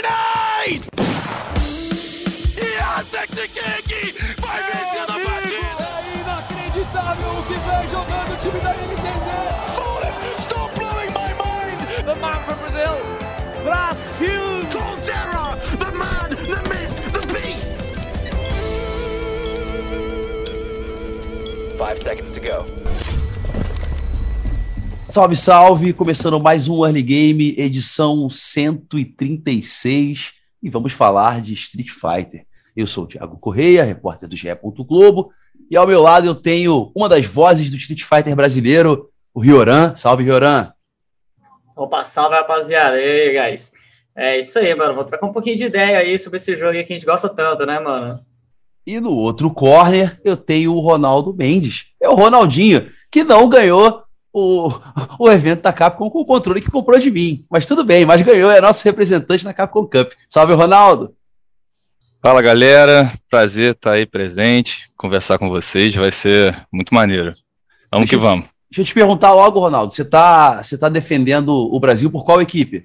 Grenade! Kiki vai vencendo a partida! É inacreditável o que vem jogando o time da NTZ! Stop blowing my mind! The man from Brazil, Brasil! Coldzera, the man, the myth, the beast! 5 seconds to go. Salve, salve! Começando mais um Early Game, edição 136, e vamos falar de Street Fighter. Eu sou o Thiago Correia, repórter do GE. Globo, e ao meu lado eu tenho uma das vozes do Street Fighter brasileiro, o Rioran. Salve, Rioran! Opa, salve, rapaziada. E aí, guys? É isso aí, mano. Vou trocar um pouquinho de ideia aí sobre esse jogo aí que a gente gosta tanto, né, mano? E no outro corner eu tenho o Ronaldo Mendes. É o Ronaldinho, que não ganhou o evento da Capcom com o controle que comprou de mim. Mas tudo bem, mas ganhou, é nosso representante na Capcom Cup. Salve, Ronaldo! Fala, galera, prazer estar aí presente, conversar com vocês, vai ser muito maneiro. Vamos que vamos. Deixa eu te perguntar logo, Ronaldo, você tá defendendo o Brasil por qual equipe?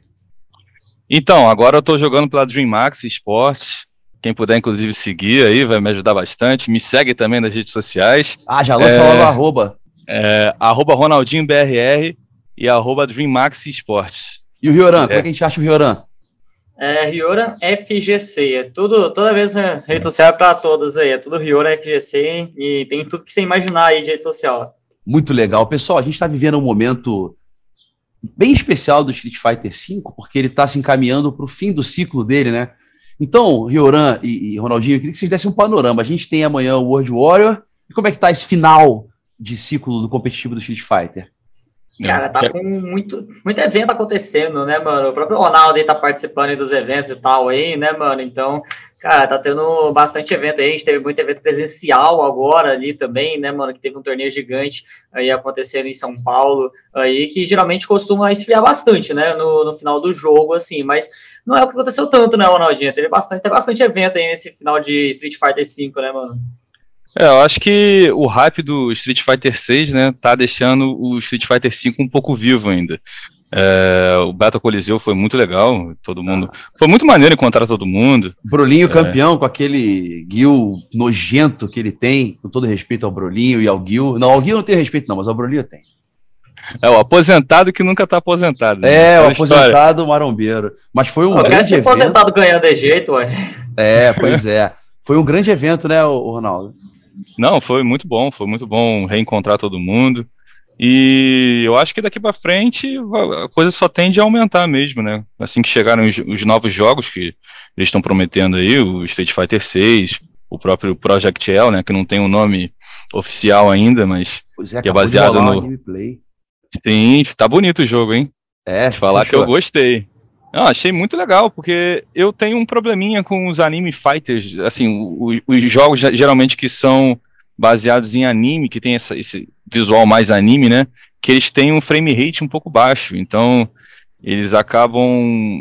Então, agora eu tô jogando pela DreamHack Esportes, quem puder inclusive seguir aí, vai me ajudar bastante, me segue também nas redes sociais. Ah, já lança logo o arroba. Arroba RonaldinhoBRR e arroba DreamHack Esportes. E o Rioran, como é que a gente acha o Rioran? Rioran FGC, é tudo, toda vez rede social para todos aí, é tudo Rioran FGC e tem tudo que você imaginar aí de rede social. Muito legal. Pessoal, a gente está vivendo um momento bem especial do Street Fighter V, porque ele está se encaminhando para o fim do ciclo dele, né? Então, Rioran e Ronaldinho, eu queria que vocês dessem um panorama. A gente tem amanhã o World Warrior, e como é que está esse final de ciclo do competitivo do Street Fighter? Cara, tá com muito evento acontecendo, né, mano? O próprio Ronaldo aí tá participando aí dos eventos e tal aí, né, mano? Então, cara, tá tendo bastante evento aí. A gente teve muito evento presencial agora ali também, né, mano? Que teve um torneio gigante aí acontecendo em São Paulo, aí que geralmente costuma esfriar bastante, né, no final do jogo, assim. Mas não é o que aconteceu tanto, né, Ronaldinho? Teve bastante evento aí nesse final de Street Fighter V, né, mano? Eu acho que o hype do Street Fighter 6, né, tá deixando o Street Fighter 5 um pouco vivo ainda. O Battle Coliseu foi muito legal, todo mundo. Foi muito maneiro encontrar todo mundo. Brolinho campeão com aquele Gil nojento que ele tem, com todo respeito ao Brolinho e ao Gil. Não, ao Gil não tem respeito, não, mas ao Brolinho tem. O aposentado que nunca tá aposentado. Né? O aposentado marombeiro. Mas foi um grande evento. Aposentado ganhando de jeito, ué. Pois é. Foi um grande evento, né, o Ronaldo? Não, foi muito bom reencontrar todo mundo, e eu acho que daqui pra frente a coisa só tende a aumentar mesmo, né, assim que chegaram os novos jogos que eles estão prometendo aí, o Street Fighter 6, o próprio Project L, né, que não tem um nome oficial ainda, mas que é baseado no gameplay. Sim, tá bonito o jogo, hein? De falar que eu gostei. Não, achei muito legal, porque eu tenho um probleminha com os anime fighters, assim, os jogos geralmente que são baseados em anime, que tem esse visual mais anime, né, que eles têm um frame rate um pouco baixo, então eles acabam,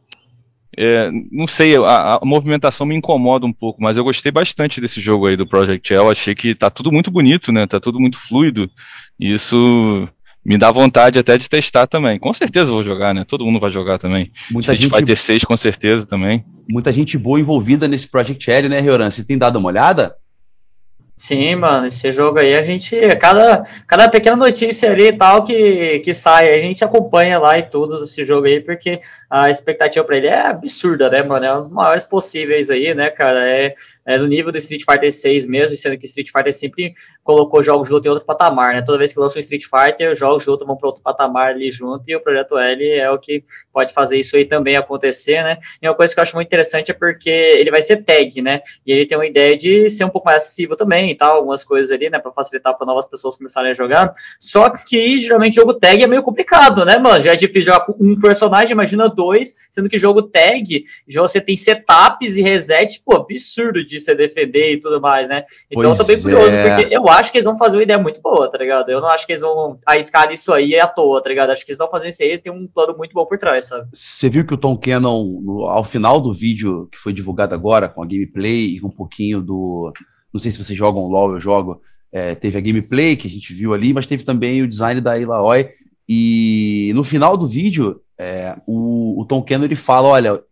não sei, a movimentação me incomoda um pouco, mas eu gostei bastante desse jogo aí do Project L, achei que tá tudo muito bonito, né, tá tudo muito fluido, e isso me dá vontade até de testar também. Com certeza eu vou jogar, né? Todo mundo vai jogar também. Street Fighter 6 com certeza também. Muita gente boa envolvida nesse Project L, né, Rioran? Você tem dado uma olhada? Sim, mano, esse jogo aí a gente, cada pequena notícia ali e tal que sai, a gente acompanha lá e tudo desse jogo aí, porque a expectativa pra ele é absurda, né, mano, é um dos maiores possíveis aí, né, cara, é no nível do Street Fighter 6 mesmo, sendo que Street Fighter sempre colocou jogos de luta em outro patamar, né, toda vez que lança um Street Fighter, os jogos de luta vão para outro patamar ali junto, e o Projeto L é o que pode fazer isso aí também acontecer, né, e uma coisa que eu acho muito interessante é porque ele vai ser tag, né, e ele tem uma ideia de ser um pouco mais acessível também e tal, algumas coisas ali, né, para facilitar para novas pessoas começarem a jogar, só que geralmente jogo tag é meio complicado, né, mano, já é difícil jogar com um personagem, imagina dois, sendo que jogo tag, já você tem setups e resets, pô, absurdo de você defender e tudo mais, né? Então eu tô bem curioso, porque eu acho que eles vão fazer uma ideia muito boa, tá ligado? Eu não acho que eles vão arriscar isso aí à toa, tá ligado? Acho que eles vão fazer isso aí, eles têm um plano muito bom por trás, sabe? Você viu que o Tom Cannon, ao final do vídeo que foi divulgado agora, com a gameplay e com um pouquinho do... Não sei se vocês jogam LoL, eu jogo. Teve a gameplay que a gente viu ali, mas teve também o design da Aloy. E no final do vídeo, o Tom Cannon, ele fala, olha,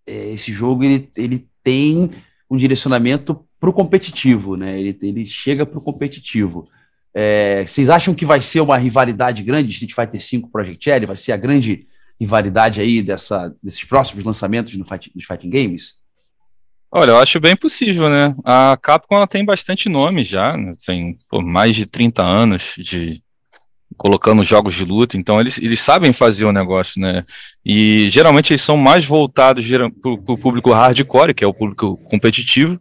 esse jogo ele tem um direcionamento para o competitivo, né? Ele chega para o competitivo. Vocês acham que vai ser uma rivalidade grande, Street Fighter V Project L? Vai ser a grande rivalidade aí desses próximos lançamentos nos Fighting Games? Olha, eu acho bem possível, né? A Capcom ela tem bastante nome já, né? Tem mais de 30 anos colocando jogos de luta, então eles sabem fazer o negócio, né? E geralmente eles são mais voltados para o público hardcore, que é o público competitivo,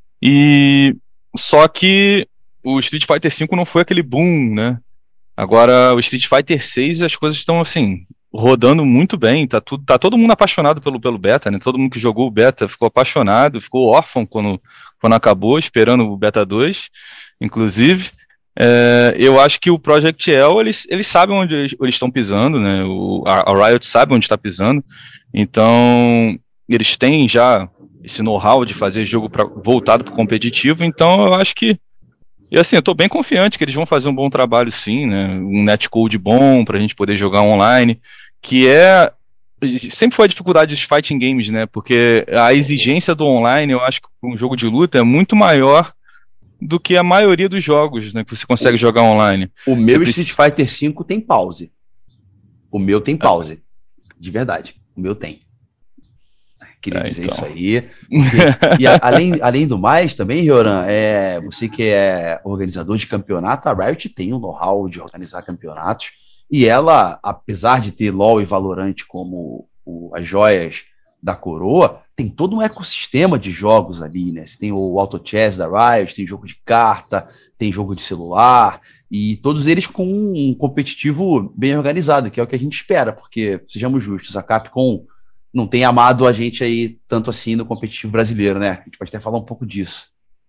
e só que o Street Fighter V não foi aquele boom, né? Agora o Street Fighter VI as coisas estão assim rodando muito bem, tá todo mundo apaixonado pelo beta, né? Todo mundo que jogou o beta ficou apaixonado, ficou órfão quando acabou, esperando o beta 2, inclusive. Eu acho que o Project L, eles sabem onde eles estão pisando, né? A Riot sabe onde está pisando, então eles têm já esse know-how de fazer jogo voltado para o competitivo, então eu acho que, e assim, eu tô bem confiante que eles vão fazer um bom trabalho sim, né? Um netcode bom pra gente poder jogar online, que sempre foi a dificuldade dos fighting games, né? Porque a exigência do online, eu acho que um jogo de luta é muito maior do que a maioria dos jogos, né, que você consegue jogar online. O meu Street Fighter V tem pause. O meu tem pause. De verdade. O meu tem. Queria dizer então isso aí. E além do mais, também, Rioran, você que é organizador de campeonato, a Riot tem um know-how de organizar campeonatos, e ela, apesar de ter LoL e Valorant como as joias da coroa, tem todo um ecossistema de jogos ali, né? Você tem o Auto Chess da Riot, tem jogo de carta, tem jogo de celular, e todos eles com um competitivo bem organizado, que é o que a gente espera, porque, sejamos justos, a Capcom não tem amado a gente aí tanto assim no competitivo brasileiro, né? A gente pode até falar um pouco disso.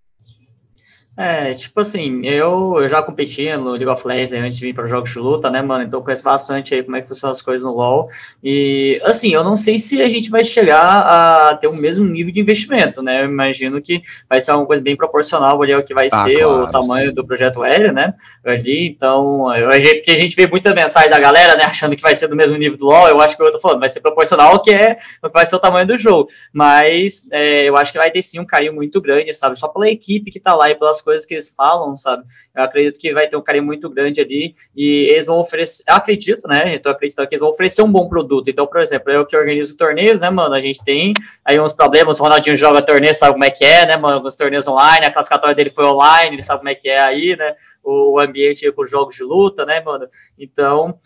Tipo assim, eu já competia no League of Legends antes de vir para jogos de luta, né, mano? Então eu conheço bastante aí como é que funcionam as coisas no LoL. E, assim, eu não sei se a gente vai chegar a ter o mesmo nível de investimento, né? Eu imagino que vai ser uma coisa bem proporcional ali ao que vai ser claro, o tamanho do projeto L, né? Ali, então, porque a gente vê muita mensagem da galera, né, achando que vai ser do mesmo nível do LoL. Eu acho que eu tô falando, vai ser proporcional ao que vai ser o tamanho do jogo. Mas eu acho que vai ter sim um carinho muito grande, sabe? Só pela equipe que tá lá e pelas coisas que eles falam, sabe? Eu acredito que vai ter um carinho muito grande ali e eles vão oferecer, eu acredito, né? Então eu acredito que eles vão oferecer um bom produto. Então, por exemplo, eu que organizo torneios, né, mano? A gente tem aí uns problemas, o Ronaldinho joga torneio, sabe como é que é, né, mano? Alguns torneios online, a classificatória dele foi online, ele sabe como é que é aí, né? O ambiente com jogos de luta, né, mano? Então,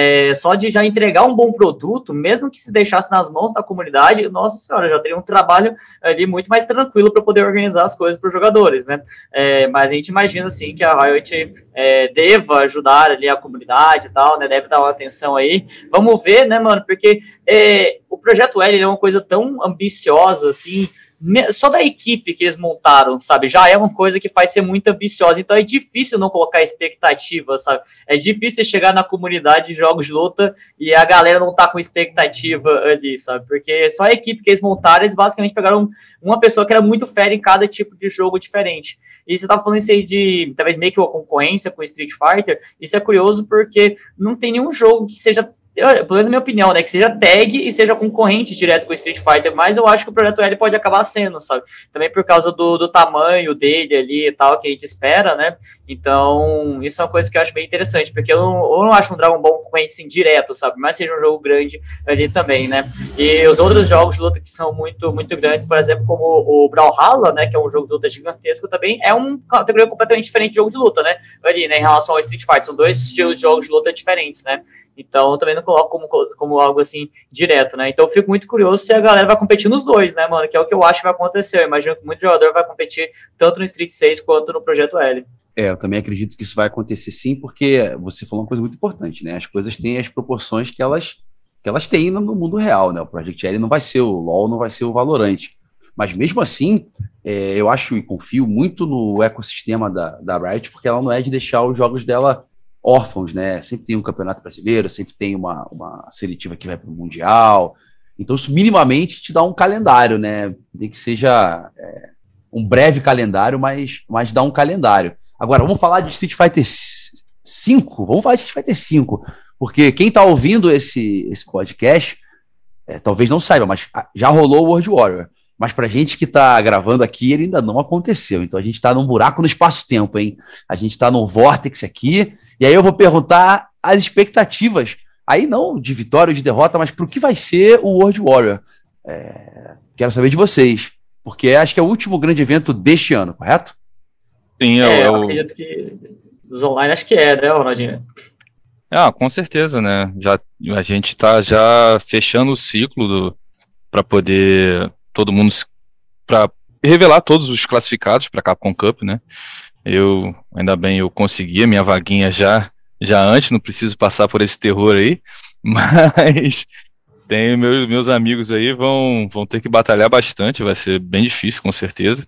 só de já entregar um bom produto, mesmo que se deixasse nas mãos da comunidade, nossa senhora, já teria um trabalho ali muito mais tranquilo para poder organizar as coisas para os jogadores, né? Mas a gente imagina, assim, que a Riot deva ajudar ali a comunidade e tal, né? Deve dar uma atenção aí. Vamos ver, né, mano? Porque o Projeto L é uma coisa tão ambiciosa, assim, só da equipe que eles montaram, sabe, já é uma coisa que faz ser muito ambiciosa, então é difícil não colocar expectativa, sabe, é difícil chegar na comunidade de jogos de luta e a galera não tá com expectativa ali, sabe, porque só a equipe que eles montaram, eles basicamente pegaram uma pessoa que era muito fera em cada tipo de jogo diferente, e você tava falando isso aí de, talvez meio que uma concorrência com Street Fighter, isso é curioso porque não tem nenhum jogo que seja, pelo menos na minha opinião, né, que seja tag e seja concorrente direto com o Street Fighter, mas eu acho que o Projeto L pode acabar sendo, sabe, também por causa do tamanho dele ali e tal, que a gente espera, né, então isso é uma coisa que eu acho bem interessante, porque eu não acho um Dragon Ball concorrente, assim, direto, sabe, mas seja um jogo grande ali também, né, e os outros jogos de luta que são muito, muito grandes, por exemplo, como o Brawlhalla, né, que é um jogo de luta gigantesco também, é uma categoria completamente diferente de jogo de luta, né, ali, né, em relação ao Street Fighter, são dois estilos de jogos de luta diferentes, né. Então, eu também não coloco como algo, assim, direto, né? Então, eu fico muito curioso se a galera vai competir nos dois, né, mano? Que é o que eu acho que vai acontecer. Eu imagino que muito jogador vai competir tanto no Street 6 quanto no Projeto L. Eu também acredito que isso vai acontecer sim, porque você falou uma coisa muito importante, né? As coisas têm as proporções que elas têm no mundo real, né? O Project L não vai ser o LoL, não vai ser o Valorant. Mas, mesmo assim, eu acho e confio muito no ecossistema da Riot, porque ela não é de deixar os jogos dela órfãos, né? Sempre tem um campeonato brasileiro, sempre tem uma seletiva que vai para o Mundial. Então, isso minimamente te dá um calendário, né? Nem que seja um breve calendário, mas dá um calendário. Agora, vamos falar de Street Fighter V? Vamos falar de Street Fighter V, porque quem está ouvindo esse podcast talvez não saiba, mas já rolou o World Warrior. Mas pra gente que tá gravando aqui, ele ainda não aconteceu. Então a gente tá num buraco no espaço-tempo, hein? A gente tá num vórtice aqui. E aí eu vou perguntar as expectativas, aí não de vitória ou de derrota, mas pro que vai ser o World Warrior. Quero saber de vocês, porque acho que é o último grande evento deste ano, correto? Sim, eu acredito que os online acho que né, Ronaldinho? Com certeza, né? A gente tá já fechando o ciclo para poder todo mundo, para revelar todos os classificados para a Capcom Cup, né? Ainda bem, eu consegui a minha vaguinha já antes, não preciso passar por esse terror aí, mas tem meus amigos aí vão ter que batalhar bastante, vai ser bem difícil, com certeza.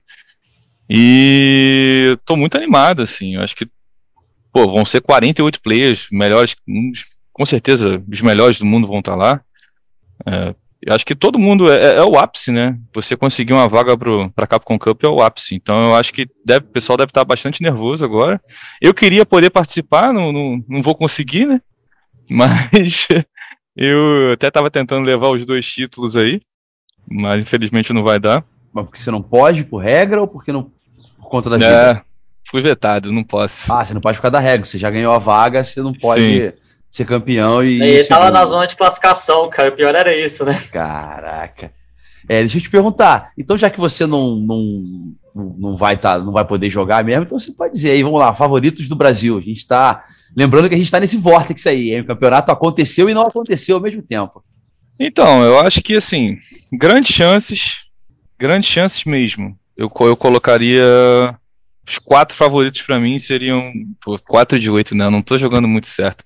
E tô muito animado, assim, eu acho que vão ser 48 players, melhores, com certeza os melhores do mundo vão estar lá. Eu acho que todo mundo é o ápice, né? Você conseguir uma vaga para Capcom Cup é o ápice. Então eu acho que o pessoal deve estar bastante nervoso agora. Eu queria poder participar, não vou conseguir, né? Mas eu até estava tentando levar os 2 títulos aí, mas infelizmente não vai dar. Mas porque você não pode, por regra, ou porque não, por conta da vida? Fui vetado, não posso. Você não pode ficar da regra. Você já ganhou a vaga, você não pode... Sim. Ser campeão e... Ele tava na zona de classificação, cara, o pior era isso, né? Caraca. Deixa eu te perguntar, então já que você não vai poder jogar mesmo, então você pode dizer aí, vamos lá, favoritos do Brasil, a gente tá, lembrando que a gente tá nesse vórtice aí, hein? O campeonato aconteceu e não aconteceu ao mesmo tempo. Então, eu acho que, assim, grandes chances mesmo, eu colocaria... Os 4 favoritos pra mim seriam 4 de 8, não tô jogando muito certo.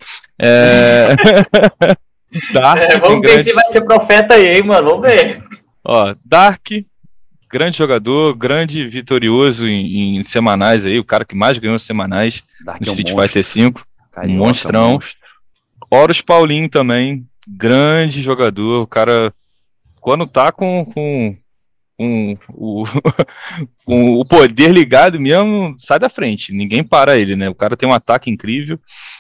Dark, vamos ver se vai ser profeta aí, hein, mano, vamos ver. Dark, grande jogador, grande vitorioso em semanais aí, o cara que mais ganhou semanais no Street Fighter V, monstrão. Horus Paulinho também, grande jogador, o cara, quando tá com o poder ligado mesmo, sai da frente, ninguém para ele, né? O cara tem um ataque incrível.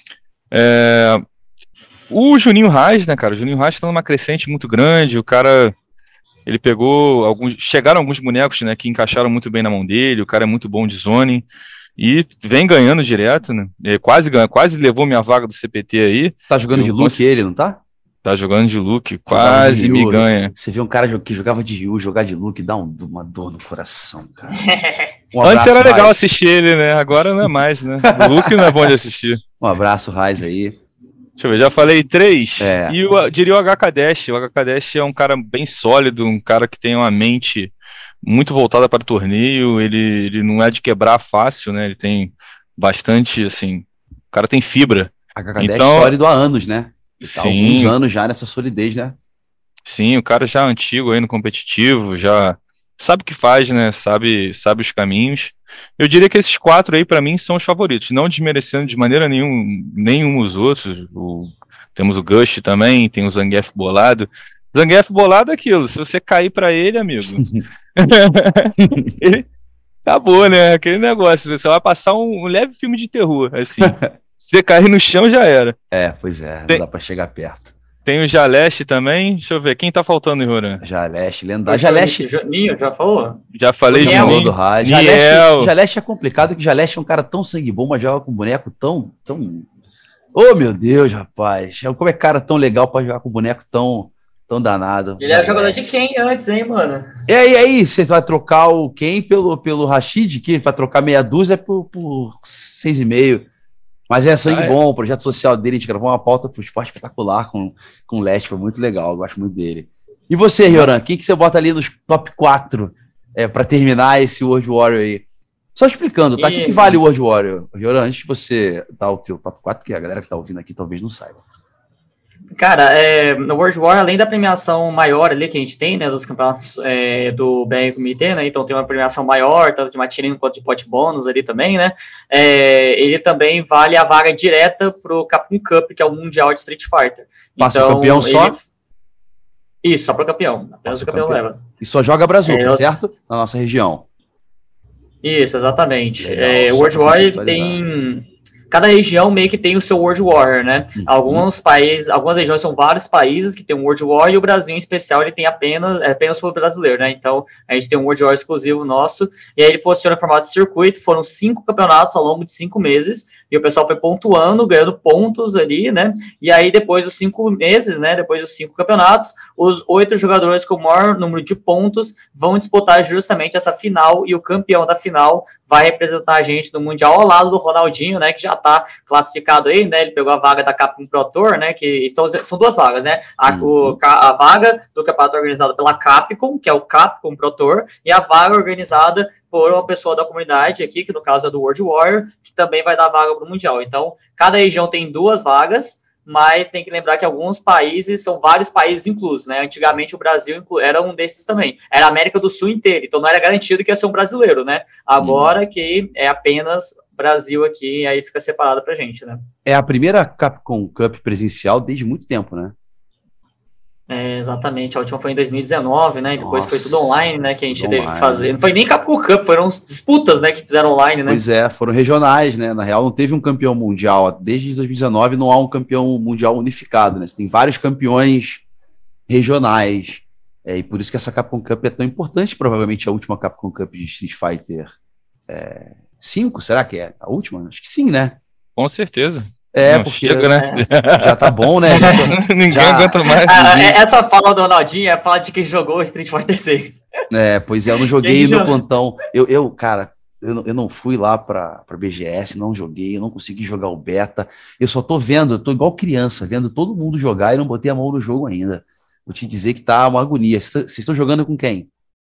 O Juninho Reis, né, cara? O Juninho Reis tá numa crescente muito grande. O cara, ele pegou chegaram alguns bonecos, né, que encaixaram muito bem na mão dele. O cara é muito bom de zone e vem ganhando direto, né? Ele quase levou minha vaga do CPT aí. Tá jogando de Luke ele, não tá? Tá jogando de Luke, quase me ganha. Você vê um cara que jogava de Ryu, jogar de Luke, dá uma dor no coração, cara. Antes era legal assistir ele, né? Agora não é mais, né? O Luke não é bom de assistir. Um abraço, Raiz, aí. Deixa eu ver, já falei 3. E eu diria o HK Dash. O HK Dash é um cara bem sólido, um cara que tem uma mente muito voltada para o torneio. Ele não é de quebrar fácil, né? Ele tem bastante, assim... O cara tem fibra. HK Dash sólido há anos, né? Tá há alguns anos já nessa solidez, né? Sim, o cara já antigo aí no competitivo, já sabe o que faz, né? Sabe os caminhos. Eu diria que esses 4 aí, pra mim, são os favoritos, não desmerecendo de maneira nenhum os outros. Temos o Gush também, tem o Zangief bolado. Zangief bolado é aquilo, se você cair pra ele, amigo, acabou, né? Aquele negócio, você vai passar um leve filme de terror, assim. Se você cair no chão, já era. Pois é, não dá pra chegar perto. Tem o Jaleste também, deixa eu ver, quem tá faltando, Roran? Jaleste, lendário. Jaleste... Juninho, já falou? Já falei, Juninho. Do Jaleste é complicado, que Jaleste é um cara tão sangue bom, mas joga com boneco tão... Oh, meu Deus, rapaz. Como é cara tão legal pra jogar com boneco tão danado. Ele era jogador de Ken antes, hein, mano? E aí, você vai trocar o Ken pelo Rashid, que vai trocar meia dúzia por 6,5. Mas é sangue bom, o projeto social dele, a gente gravou uma pauta pro esporte espetacular com o Leste, foi muito legal, eu gosto muito dele. E você, Rioran, quem que você bota ali nos top 4 pra terminar esse World Warrior aí? Só explicando, tá? O que vale o World Warrior? Rioran, antes de você dar o teu top 4, porque a galera que tá ouvindo aqui talvez não saiba. Cara, no World War, além da premiação maior ali que a gente tem, né, dos campeonatos do BR Comitê, né, então tem uma premiação maior, tanto de matirinho quanto de pot bônus ali também, né, ele também vale a vaga direta pro Capcom Cup, que é o Mundial de Street Fighter. Passa então, o campeão só? Isso, só pro campeão, apenas o campeão leva. E só joga Brazuca, certo? Na nossa região. Isso, exatamente. Legal, o World War tem cada região meio que tem o seu World Warrior, né? Alguns países, algumas regiões são vários países que tem um World Warrior, e o Brasil em especial, ele tem apenas para o brasileiro, né? Então, a gente tem um World Warrior exclusivo nosso, e aí ele funciona em formato de circuito, foram 5 campeonatos ao longo de 5 meses, e o pessoal foi pontuando, ganhando pontos ali, né? E aí, depois dos 5 meses, né? Depois dos 5 campeonatos, os 8 jogadores com o maior número de pontos vão disputar justamente essa final, e o campeão da final vai representar a gente no Mundial ao lado do Ronaldinho, né? Que já tá classificado aí, né? Ele pegou a vaga da Capcom Pro Tour, né? Que são 2 vagas, né? A vaga do campeonato organizado pela Capcom, que é o Capcom Pro Tour, e a vaga organizada por uma pessoa da comunidade aqui, que no caso é do World Warrior, que também vai dar vaga para o Mundial. Então, cada região tem 2 vagas, mas tem que lembrar que alguns países, são vários países inclusos, né? Antigamente o Brasil era um desses também. Era a América do Sul inteira, então não era garantido que ia ser um brasileiro, né? Agora que é apenas Brasil aqui, aí fica separado pra gente, né? É a primeira Capcom Cup presencial desde muito tempo, né? Exatamente, a última foi em 2019, né? E depois Nossa, foi tudo online, né? Que a gente teve que fazer. Não foi nem Capcom Cup, foram disputas, né? Que fizeram online, né? Pois é, foram regionais, né? Na real, não teve um campeão mundial. Desde 2019 não há um campeão mundial unificado, né? Você tem vários campeões regionais. E por isso que essa Capcom Cup é tão importante, provavelmente a última Capcom Cup de Street Fighter 5, será que é a última? Acho que sim, né? Com certeza. Não, porque chega, né? Já tá bom, né? Ninguém aguenta mais. Essa fala do Ronaldinho é fala de quem jogou Street Fighter 6. Pois é, eu não joguei no plantão. Cara, eu não fui lá pra BGS, não joguei, eu não consegui jogar o beta. Eu só tô vendo, eu tô igual criança, vendo todo mundo jogar e não botei a mão no jogo ainda. Vou te dizer que tá uma agonia. Vocês estão jogando com quem?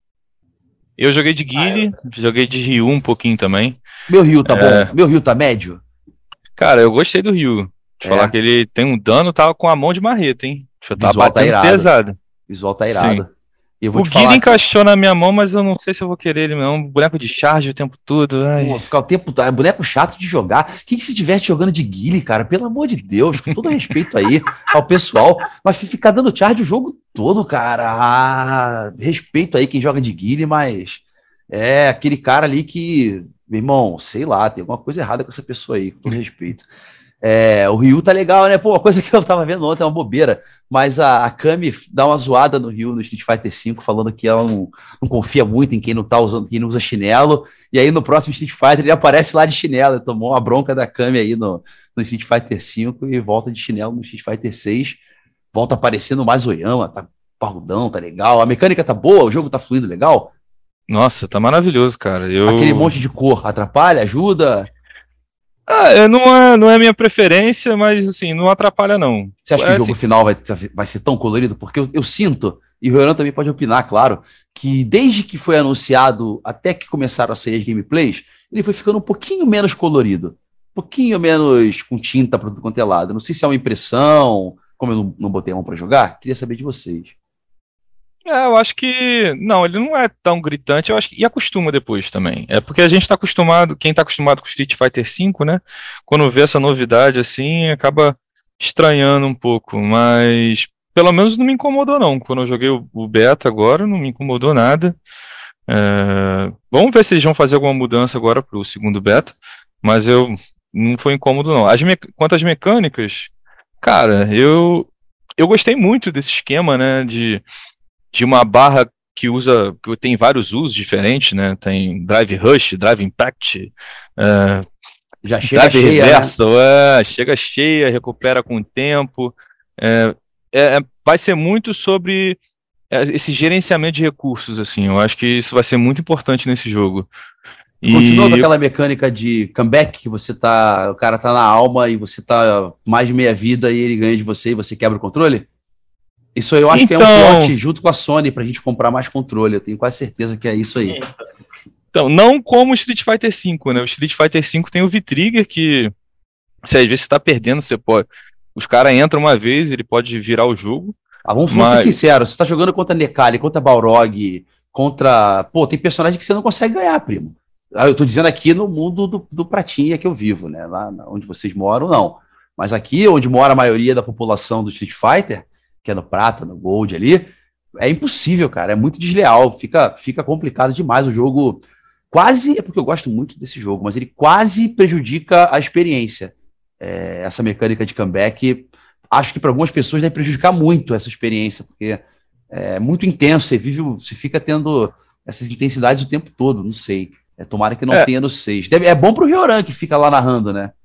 Eu joguei de Guile, joguei de Ryu um pouquinho também. Meu Ryu tá bom? Meu Ryu tá médio? Cara, eu gostei do Ryu. De falar que ele tem um dano, tá com a mão de marreta, hein? Tá batendo pesado. O visual tá irado. O Guile encaixou na minha mão, mas eu não sei se eu vou querer ele não. Boneco de charge o tempo todo. Pô, ficar o tempo todo. Boneco chato de jogar. Quem se diverte jogando de Guile, cara? Pelo amor de Deus, com todo respeito aí ao pessoal. Mas ficar dando charge o jogo todo, cara. Respeito aí quem joga de Guile, mas é aquele cara ali que, meu irmão, sei lá, tem alguma coisa errada com essa pessoa aí, com todo respeito. O Ryu tá legal, né? Pô, uma coisa que eu tava vendo ontem é uma bobeira, mas a Kami dá uma zoada no Ryu no Street Fighter V, falando que ela não confia muito em quem não tá usando, quem não usa chinelo, e aí no próximo Street Fighter ele aparece lá de chinelo, ele tomou uma bronca da Kami aí no Street Fighter V e volta de chinelo no Street Fighter VI, volta aparecendo mais Oyama, tá parrudão, tá legal, a mecânica tá boa, o jogo tá fluindo legal. Nossa, tá maravilhoso, cara. Aquele monte de cor atrapalha, ajuda? Não é minha preferência, mas assim, não atrapalha não. Você acha que o jogo final vai ser tão colorido? Porque eu sinto, e o Renan também pode opinar, claro, que desde que foi anunciado até que começaram a sair as gameplays, ele foi ficando um pouquinho menos colorido, um pouquinho menos com tinta para tudo quanto é lado. Não sei se é uma impressão, como eu não botei a mão para jogar, queria saber de vocês. Eu acho que não, ele não é tão gritante, eu acho que, e acostuma depois também. É porque a gente tá acostumado, quem tá acostumado com Street Fighter V, né, quando vê essa novidade assim, acaba estranhando um pouco, mas pelo menos não me incomodou não. Quando eu joguei o beta agora, não me incomodou nada. Vamos ver se eles vão fazer alguma mudança agora pro segundo beta, mas não foi incômodo não. Quanto às mecânicas, cara, eu gostei muito desse esquema, né, de uma barra que tem vários usos diferentes, né? Tem Drive Rush, Drive Impact, já chega Drive cheia, Reversal, chega cheia, recupera com o tempo. Vai ser muito sobre esse gerenciamento de recursos, assim. Eu acho que isso vai ser muito importante nesse jogo. Continua com aquela mecânica de comeback, que o cara tá na alma e você tá mais de meia vida e ele ganha de você e você quebra o controle? Isso eu acho que é um plot junto com a Sony pra gente comprar mais controle. Eu tenho quase certeza que é isso aí. Então, não como o Street Fighter V, né? O Street Fighter V tem o V-Trigger, que se às vezes você tá perdendo, você pode... Os caras entram uma vez, ele pode virar o jogo. Vamos ser sinceros, você tá jogando contra Necali, contra Balrog, contra... Pô, tem personagem que você não consegue ganhar, primo. Eu tô dizendo aqui no mundo do pratinha que eu vivo, né? Lá onde vocês moram, não. Mas aqui, onde mora a maioria da população do Street Fighter, que é no prata, no gold ali, é impossível, cara, é muito desleal, fica complicado demais o jogo. quase, é porque eu gosto muito desse jogo, mas ele quase prejudica a experiência. Essa mecânica de comeback, acho que para algumas pessoas deve prejudicar muito essa experiência, porque é muito intenso, você fica tendo essas intensidades o tempo todo, não sei. Tomara que não tenha no 6. É bom pro Ryoran, que fica lá narrando, né?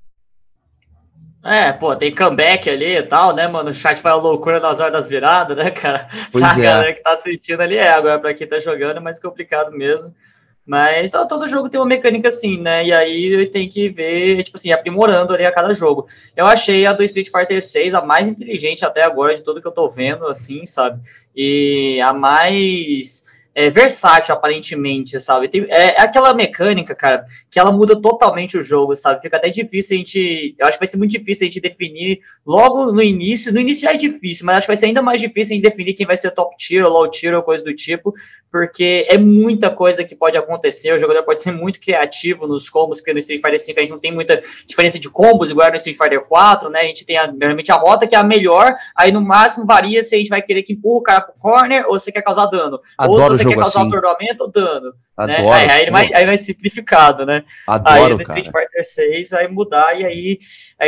Pô, tem comeback ali e tal, né, mano? O chat vai à loucura nas horas das viradas, né, cara? Pois a galera que tá assistindo ali agora pra quem tá jogando é mais complicado mesmo. Mas todo jogo tem uma mecânica assim, né? E aí tem que ver, tipo assim, aprimorando ali a cada jogo. Eu achei a do Street Fighter 6 a mais inteligente até agora de tudo que eu tô vendo, assim, sabe? E a mais versátil, aparentemente, sabe? É aquela mecânica, cara, que ela muda totalmente o jogo, sabe? Fica até difícil a gente... Eu acho que vai ser muito difícil a gente definir logo no início. No início já é difícil, mas acho que vai ser ainda mais difícil a gente definir quem vai ser top tier ou low tier ou coisa do tipo, porque é muita coisa que pode acontecer. O jogador pode ser muito criativo nos combos, porque no Street Fighter 5 a gente não tem muita diferença de combos, igual no Street Fighter 4, né? A gente tem realmente a rota que é a melhor, aí no máximo varia se a gente vai querer que empurra o cara pro corner ou se quer causar dano. Adoro ou se você quer causar assim. Atordoamento ou dano. Adoro. Né? Aí vai simplificado, né? Adoro, aí no Street Fighter 6 vai mudar, e aí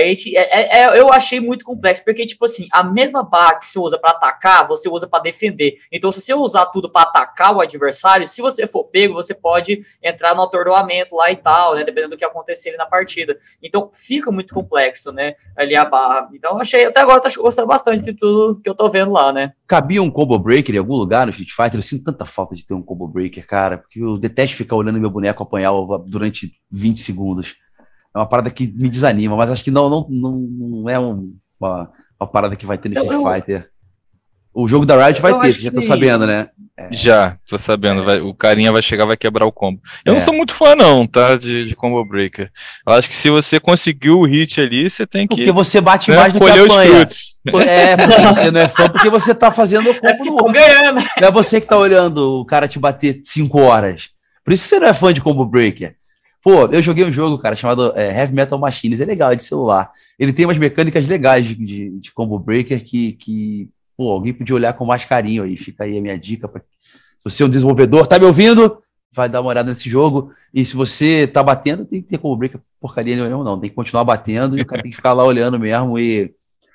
eu achei muito complexo, porque, tipo assim, a mesma barra que você usa pra atacar, você usa pra defender. Então, se você usar tudo pra atacar o adversário, se você for pego, você pode entrar no atordoamento lá e tal, né? Dependendo do que acontecer ali na partida. Então, fica muito complexo, né? Ali a barra. Então, eu achei, até agora, tô gostando bastante de tudo que eu tô vendo lá, né? Cabia um combo breaker em algum lugar no Street Fighter? Eu sinto tanta falta de ter um combo breaker, cara, porque eu detesto ficar olhando meu boneco apanhar durante 20 segundos. É uma parada que me desanima, mas acho que não é uma parada que vai ter no Street Fighter. O jogo da Riot vai ter, vocês já estão sabendo, né? Já, tô sabendo. O carinha vai chegar, vai quebrar o combo. Eu não sou muito fã, não, tá? De combo breaker. Eu acho que se você conseguiu o hit ali, você tem que. Porque você bate mais do que apanha. Porque você não é fã, porque você tá fazendo o combo no outro. Ganhando. Não é você que tá olhando o cara te bater 5 horas. Por isso que você não é fã de combo breaker. Pô, eu joguei um jogo, cara, chamado Heavy Metal Machines. É legal, é de celular. Ele tem umas mecânicas legais de combo breaker que pô, alguém podia olhar com mais carinho aí. Fica aí a minha dica. Se você é um desenvolvedor, tá me ouvindo? Vai dar uma olhada nesse jogo. E se você tá batendo, tem que ter combo breaker porcaria nenhuma, não. Tem que continuar batendo e o cara tem que ficar lá olhando mesmo e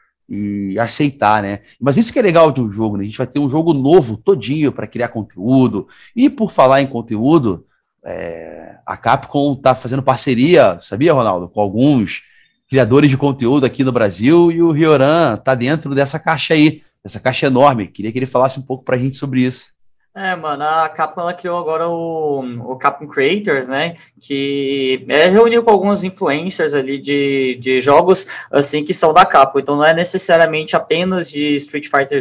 aceitar, né? Mas isso que é legal do jogo, né? A gente vai ter um jogo novo todinho para criar conteúdo. E por falar em conteúdo, a Capcom tá fazendo parceria, sabia, Ronaldo? Com alguns criadores de conteúdo aqui no Brasil, e o Ryoran tá dentro dessa caixa aí. Essa caixa enorme. Queria que ele falasse um pouco pra gente sobre isso. Mano, a Capcom, ela criou agora o Capcom Creators, né, que reuniu com alguns influencers ali de jogos, assim, que são da Capcom, então não é necessariamente apenas de Street Fighter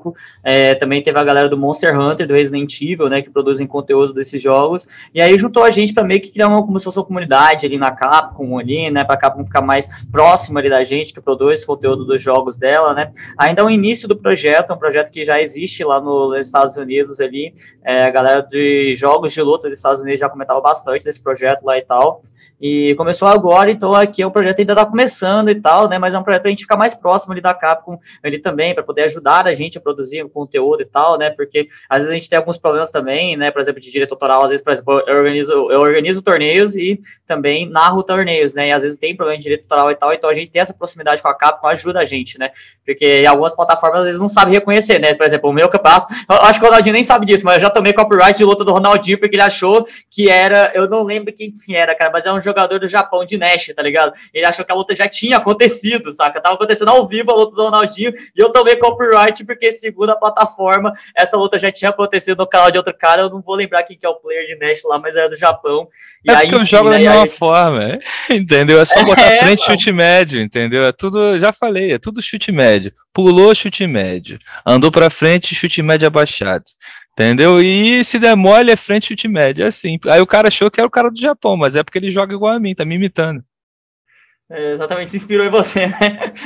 V, também teve a galera do Monster Hunter, do Resident Evil, né, que produzem conteúdo desses jogos, e aí juntou a gente para meio que criar como se fosse uma comunidade ali na Capcom, ali, né, pra Capcom ficar mais próxima ali da gente, que produz conteúdo dos jogos dela, né, ainda é o início do projeto, é um projeto que já existe lá nos Estados Unidos ali. A galera de jogos de luta dos Estados Unidos já comentava bastante desse projeto lá e tal, e começou agora, então aqui o projeto ainda está começando e tal, né, mas é um projeto para a gente ficar mais próximo ali da Capcom ali também, para poder ajudar a gente a produzir um conteúdo e tal, né, porque às vezes a gente tem alguns problemas também, né, por exemplo, de direito autoral, às vezes, por exemplo, eu organizo torneios e também narro torneios, né, e às vezes tem problema de direito autoral e tal, então a gente tem essa proximidade com a Capcom, ajuda a gente, né, porque algumas plataformas às vezes não sabem reconhecer, né, por exemplo, o meu campeonato, eu acho que o Ronaldinho nem sabe disso, mas eu já tomei copyright de luta do Ronaldinho, porque ele achou que era, eu não lembro quem era, cara, mas é um jogador do Japão, de Nash, tá ligado? Ele achou que a luta já tinha acontecido, saca? Tava acontecendo ao vivo a luta do Ronaldinho, e eu tomei copyright porque, segundo a plataforma, essa luta já tinha acontecido no canal de outro cara, eu não vou lembrar quem que é o player de Nash lá, mas era do Japão. E aí, porque eu jogo da mesma forma, entendeu? É só botar frente chute médio, entendeu? É tudo, já falei, é tudo chute médio. Pulou, chute médio. Andou pra frente, chute médio abaixado. Entendeu? E se der mole, é frente chute médio, é assim. Aí o cara achou que era o cara do Japão, mas é porque ele joga igual a mim, tá me imitando. Exatamente, se inspirou em você, né?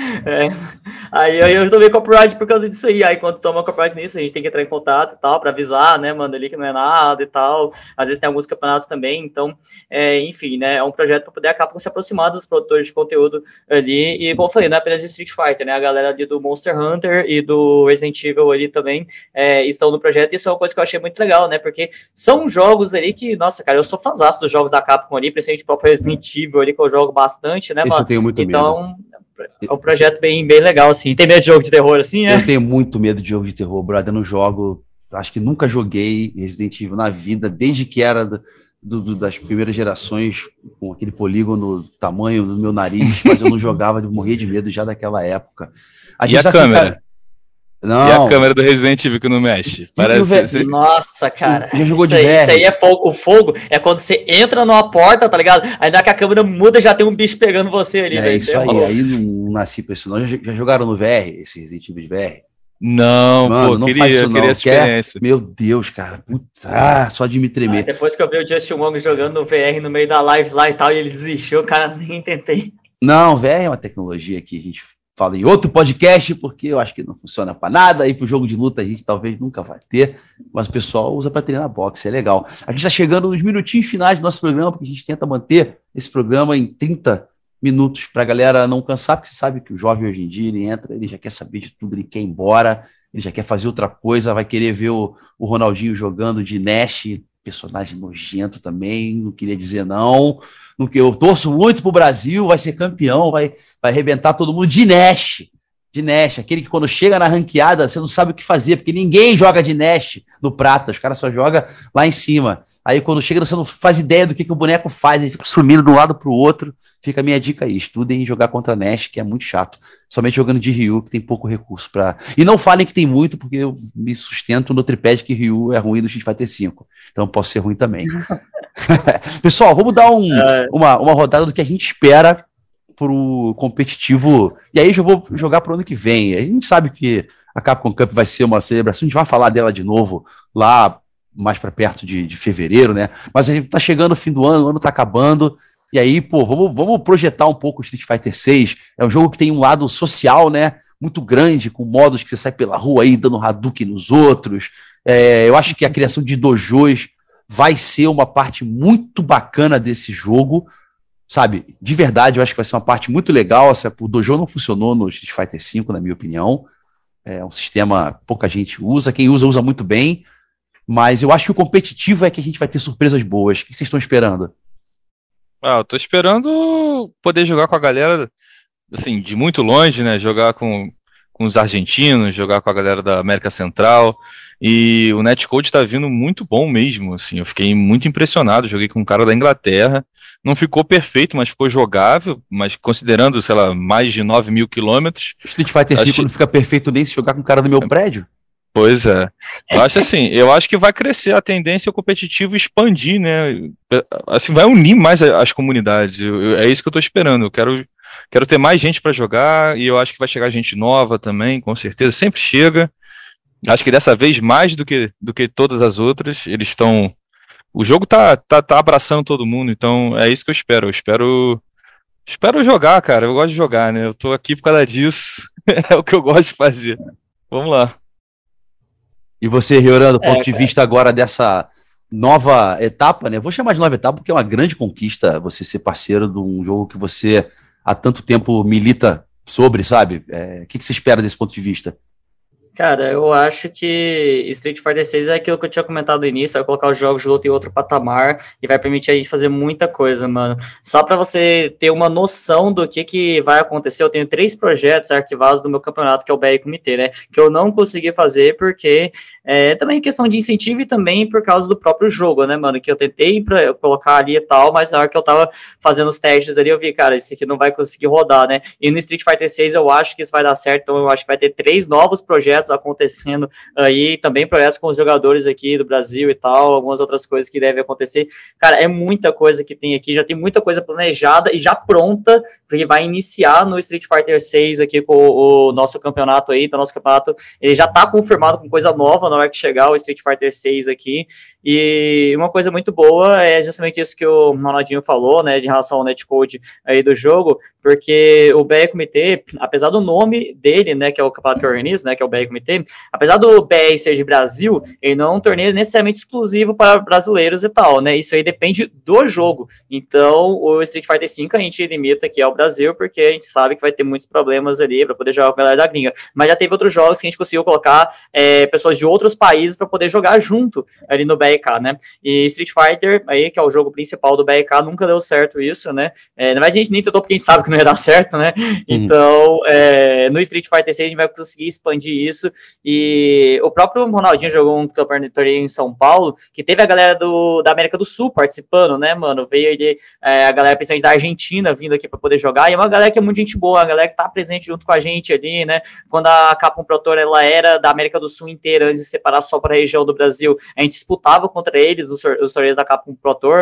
Aí eu tomei copyright por causa disso aí. Aí quando toma copyright nisso, a gente tem que entrar em contato e tal, pra avisar, né, mano, ali que não é nada e tal. Às vezes tem alguns campeonatos também, então, enfim, né, é um projeto pra poder acabar se aproximar dos produtores de conteúdo ali. E como eu falei, não é apenas de Street Fighter, né? A galera ali do Monster Hunter e do Resident Evil ali também estão no projeto. E isso é uma coisa que eu achei muito legal, né? Porque são jogos ali que, nossa, cara, eu sou fãzaço dos jogos da Capcom ali, principalmente o próprio Resident Evil ali, que eu jogo bastante, né, Esse eu tenho muito então, medo. é um projeto bem legal, assim. Tem medo de jogo de terror, assim, Eu tenho muito medo de jogo de terror, brother. Eu não jogo, acho que nunca joguei Resident Evil na vida, desde que era das primeiras gerações, com aquele polígono tamanho do meu nariz, mas eu não jogava, eu morria de medo já daquela época. E a câmera? Não. E a câmera do Resident Evil que não mexe? Parece... Nossa, cara. Já jogou isso de VR? Isso aí é fogo. O fogo é quando você entra numa porta, tá ligado? Aí na que a câmera muda, já tem um bicho pegando você ali. É isso aí. Aí não nasci pra isso não. Já jogaram no VR, esse Resident Evil de VR? Não, mano, pô, não queria, faz isso não. Queria essa experiência. Meu Deus, cara. Só de me tremer. Depois que eu vi o Justin Wong jogando no VR no meio da live lá e tal, e ele desistiu, cara, nem tentei. Não, VR é uma tecnologia que a gente fala em outro podcast, porque eu acho que não funciona para nada, e pro jogo de luta a gente talvez nunca vai ter, mas o pessoal usa para treinar boxe, é legal. A gente está chegando nos minutinhos finais do nosso programa, porque a gente tenta manter esse programa em 30 minutos para a galera não cansar, porque você sabe que o jovem hoje em dia, ele entra, ele já quer saber de tudo, ele quer ir embora, ele já quer fazer outra coisa, vai querer ver o Ronaldinho jogando de Nash, personagem nojento também, não queria dizer não, eu torço muito pro Brasil, vai ser campeão, vai arrebentar todo mundo de Nash, aquele que quando chega na ranqueada, você não sabe o que fazer, porque ninguém joga de Nash no prata, os caras só jogam lá em cima. Aí quando chega, você não faz ideia do que o boneco faz, ele fica sumindo de um lado pro outro. Fica a minha dica aí, estudem jogar contra Nash, que é muito chato. Somente jogando de Ryu, que tem pouco recurso pra... E não falem que tem muito, porque eu me sustento no tripé de que Ryu é ruim no Street Fighter V. Então eu posso ser ruim também. Pessoal, vamos dar uma rodada do que a gente espera pro competitivo. E aí eu já vou jogar pro ano que vem. A gente sabe que a Capcom Cup vai ser uma celebração, a gente vai falar dela de novo lá mais para perto de fevereiro, né? Mas a gente tá chegando no fim do ano, o ano tá acabando, e aí, pô, vamos projetar um pouco o Street Fighter 6. É um jogo que tem um lado social, né? Muito grande, com modos que você sai pela rua aí dando Hadouken nos outros. Eu acho que a criação de dojos vai ser uma parte muito bacana desse jogo, sabe? De verdade, eu acho que vai ser uma parte muito legal. O dojo não funcionou no Street Fighter 5, na minha opinião. É um sistema pouca gente usa, quem usa muito bem. Mas eu acho que o competitivo é que a gente vai ter surpresas boas. O que vocês estão esperando? Eu tô esperando poder jogar com a galera, assim, de muito longe, né? Jogar com os argentinos, jogar com a galera da América Central. E o netcode tá vindo muito bom mesmo, assim. Eu fiquei muito impressionado. Joguei com um cara da Inglaterra. Não ficou perfeito, mas ficou jogável. Mas considerando, sei lá, mais de 9 mil quilômetros. Street Fighter 5 não fica perfeito nem se jogar com o cara do meu prédio? Pois é. Eu acho que vai crescer a tendência competitiva expandir, né? Assim, vai unir mais as comunidades. É isso que eu tô esperando. Eu quero ter mais gente para jogar e eu acho que vai chegar gente nova também, com certeza. Sempre chega. Acho que dessa vez mais do que todas as outras. Eles estão... O jogo tá abraçando todo mundo, então é isso que eu espero. Eu espero jogar, cara. Eu gosto de jogar, né? Eu tô aqui por causa disso. É o que eu gosto de fazer. Vamos lá. E você, Rioran, do ponto de vista agora dessa nova etapa, né? Vou chamar de nova etapa porque é uma grande conquista você ser parceiro de um jogo que você há tanto tempo milita sobre, sabe? O que você espera desse ponto de vista? Cara, eu acho que Street Fighter 6 é aquilo que eu tinha comentado no início, vai colocar os jogos de luta em outro patamar e vai permitir a gente fazer muita coisa, mano. Só pra você ter uma noção do que vai acontecer, eu tenho 3 projetos arquivados do meu campeonato, que é o BR Comitê, né, que eu não consegui fazer porque também questão de incentivo e também por causa do próprio jogo, né, mano, que eu tentei pra colocar ali e tal, mas na hora que eu tava fazendo os testes ali, eu vi, cara, esse aqui não vai conseguir rodar, né, e no Street Fighter 6 eu acho que isso vai dar certo, então eu acho que vai ter 3 novos projetos projetos acontecendo aí, também projetos com os jogadores aqui do Brasil e tal, algumas outras coisas que devem acontecer. Cara, é muita coisa que tem aqui, já tem muita coisa planejada e já pronta, porque vai iniciar no Street Fighter 6 aqui com o nosso campeonato aí, então nosso campeonato, ele já tá confirmado com coisa nova na hora que chegar o Street Fighter 6 aqui, e uma coisa muito boa é justamente isso que o Ronaldinho falou, né, de relação ao netcode aí do jogo, porque o BR Comitê, apesar do nome dele, né, que é o campeonato que organiza, né, que é o BR Comitê, apesar do BR ser de Brasil, ele não é um torneio necessariamente exclusivo para brasileiros e tal, né, isso aí depende do jogo. Então, o Street Fighter V a gente limita aqui ao Brasil, porque a gente sabe que vai ter muitos problemas ali para poder jogar com a galera da gringa, mas já teve outros jogos que a gente conseguiu colocar pessoas de outros países para poder jogar junto ali no BRK, né, e Street Fighter, aí, que é o jogo principal do BRK, nunca deu certo isso, né, na verdade a gente nem tentou porque a gente sabe que não ia dar certo, né, então, no Street Fighter 6 a gente vai conseguir expandir isso, e o próprio Ronaldinho jogou um torneio em São Paulo, que teve a galera da América do Sul participando, né, mano, veio aí a galera principalmente da Argentina vindo aqui para poder jogar, e é uma galera que é muito gente boa, a galera que tá presente junto com a gente ali, né, quando a Capcom Pro Tour, ela era da América do Sul inteira, antes de separar só para a região do Brasil, a gente disputava contra eles, os torneios da Capcom Pro Tour,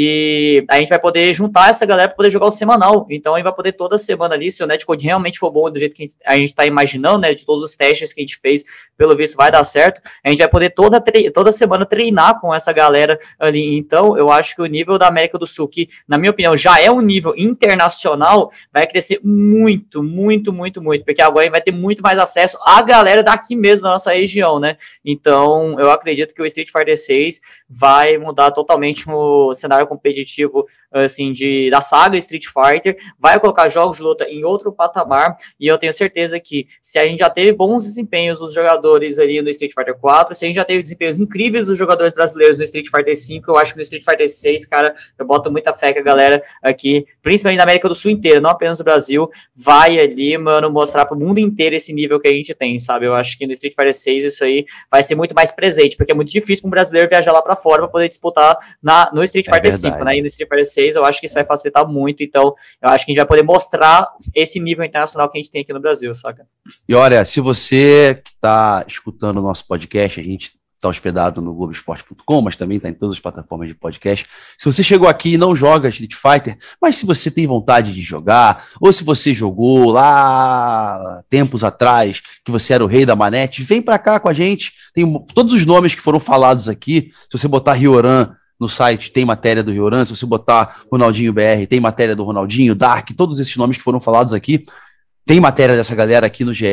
e a gente vai poder juntar essa galera para poder jogar o semanal, então a gente vai poder toda semana ali, se o netcode realmente for bom do jeito que a gente tá imaginando, né, de todos os testes que a gente fez, pelo visto vai dar certo, a gente vai poder toda semana treinar com essa galera ali, então eu acho que o nível da América do Sul, que na minha opinião já é um nível internacional, vai crescer muito, muito, muito, muito, porque agora a gente vai ter muito mais acesso à galera daqui mesmo da nossa região, né, então eu acredito que o Street Fighter 6 vai mudar totalmente o cenário competitivo, assim, da saga Street Fighter, vai colocar jogos de luta em outro patamar, e eu tenho certeza que se a gente já teve bons desempenhos dos jogadores ali no Street Fighter 4, se a gente já teve desempenhos incríveis dos jogadores brasileiros no Street Fighter 5, eu acho que no Street Fighter 6, cara, eu boto muita fé que a galera aqui, principalmente na América do Sul inteira, não apenas no Brasil, vai ali, mano, mostrar pro mundo inteiro esse nível que a gente tem, sabe? Eu acho que no Street Fighter 6 isso aí vai ser muito mais presente, porque é muito difícil para um brasileiro viajar lá pra fora pra poder disputar no Street Fighter 5, né? E no Street Fighter 6 eu acho que isso vai facilitar muito, então eu acho que a gente vai poder mostrar esse nível internacional que a gente tem aqui no Brasil, saca? E olha, se você que está escutando o nosso podcast, a gente está hospedado no Globoesporte.com, mas também está em todas as plataformas de podcast. Se você chegou aqui e não joga Street Fighter, mas se você tem vontade de jogar, ou se você jogou lá tempos atrás, que você era o rei da manete, vem para cá com a gente. Tem todos os nomes que foram falados aqui. Se você botar Rioran no site, tem matéria do Rioran. Se você botar Ronaldinho BR, tem matéria do Ronaldinho, Dark, todos esses nomes que foram falados aqui. Tem matéria dessa galera aqui no GE.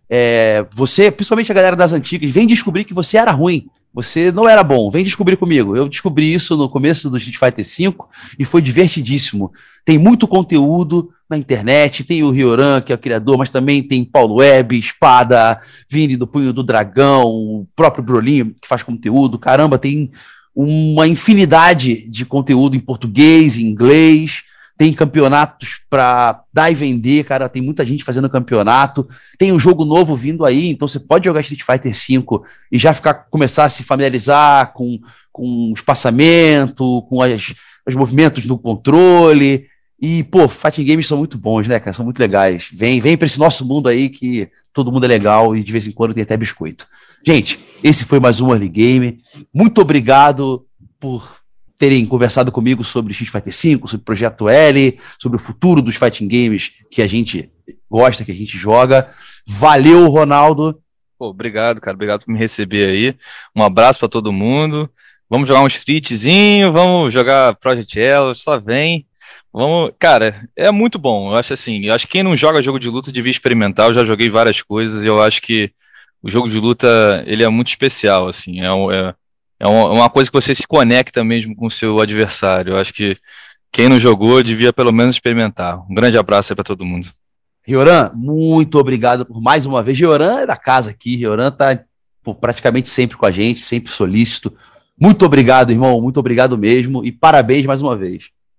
Você, principalmente a galera das antigas, vem descobrir que você era ruim. Você não era bom. Vem descobrir comigo. Eu descobri isso no começo do Street Fighter V e foi divertidíssimo. Tem muito conteúdo na internet. Tem o Rioran, que é o criador, mas também tem Paulo Web, Espada, Vini do Punho do Dragão, o próprio Brolinho, que faz conteúdo. Caramba, tem uma infinidade de conteúdo em português, em inglês. Tem campeonatos para dar e vender, cara, tem muita gente fazendo campeonato, tem um jogo novo vindo aí, então você pode jogar Street Fighter V e já começar a se familiarizar com o espaçamento, com os movimentos no controle, e, pô, fighting games são muito bons, né, cara, são muito legais. Vem para esse nosso mundo aí que todo mundo é legal e de vez em quando tem até biscoito. Gente, esse foi mais um Early Game, muito obrigado por terem conversado comigo sobre Street Fighter V, sobre o Projeto L, sobre o futuro dos fighting games que a gente gosta, que a gente joga. Valeu, Ronaldo. Pô, obrigado, cara. Obrigado por me receber aí. Um abraço para todo mundo. Vamos jogar um streetzinho, vamos jogar Project L, só vem. Vamos, cara, é muito bom. Eu acho assim, que quem não joga jogo de luta devia experimentar. Eu já joguei várias coisas e eu acho que o jogo de luta, ele é muito especial, assim, é uma coisa que você se conecta mesmo com o seu adversário. Eu acho que quem não jogou devia pelo menos experimentar. Um grande abraço aí para todo mundo. Rioran, muito obrigado por mais uma vez. Rioran é da casa aqui. Rioran tá praticamente sempre com a gente, sempre solícito. Muito obrigado, irmão. Muito obrigado mesmo. E parabéns mais uma vez.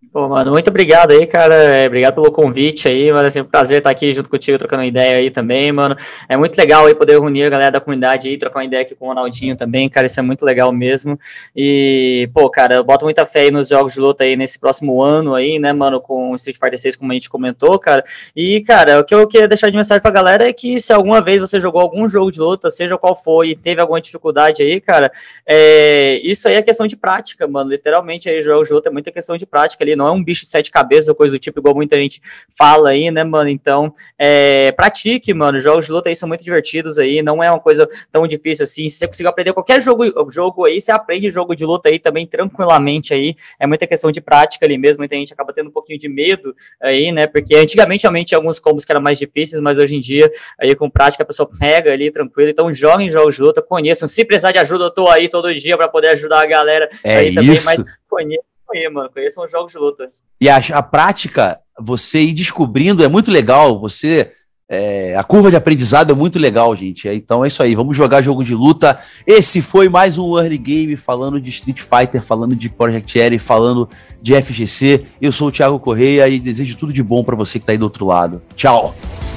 Pô, mano, muito obrigado aí, cara. Obrigado pelo convite aí, mano. É sempre um prazer estar aqui junto contigo, trocando ideia aí também, mano. É muito legal aí poder reunir a galera da comunidade aí, trocar uma ideia aqui com o Ronaldinho também, cara. Isso é muito legal mesmo. E, pô, cara, eu boto muita fé aí nos jogos de luta aí nesse próximo ano aí, né, mano, com o Street Fighter 6, como a gente comentou, cara. E, cara, o que eu queria deixar de mensagem pra galera é que se alguma vez você jogou algum jogo de luta, seja qual for, e teve alguma dificuldade aí, cara, isso aí é questão de prática, mano. Literalmente aí, jogos de luta é muita questão de prática ali. Não é um bicho de 7 cabeças ou coisa do tipo, igual muita gente fala aí, né, mano? Então, pratique, mano. Jogos de luta aí são muito divertidos aí, não é uma coisa tão difícil assim. Se você conseguir aprender qualquer jogo aí, você aprende jogo de luta aí também tranquilamente aí. É muita questão de prática ali mesmo, muita gente acaba tendo um pouquinho de medo aí, né? Porque antigamente realmente tinha alguns combos que eram mais difíceis, mas hoje em dia, aí com prática, a pessoa pega ali tranquilo. Então, joguem jogos de luta, conheçam. Se precisar de ajuda, eu tô aí todo dia pra poder ajudar a galera aí também, mas conheçam os jogos de luta. E a prática, você ir descobrindo, é muito legal. A curva de aprendizado é muito legal, gente. Então é isso aí, vamos jogar jogo de luta. Esse foi mais um Early Game, falando de Street Fighter, falando de Project L, falando de FGC. Eu sou o Thiago Correia e desejo tudo de bom para você que tá aí do outro lado. Tchau!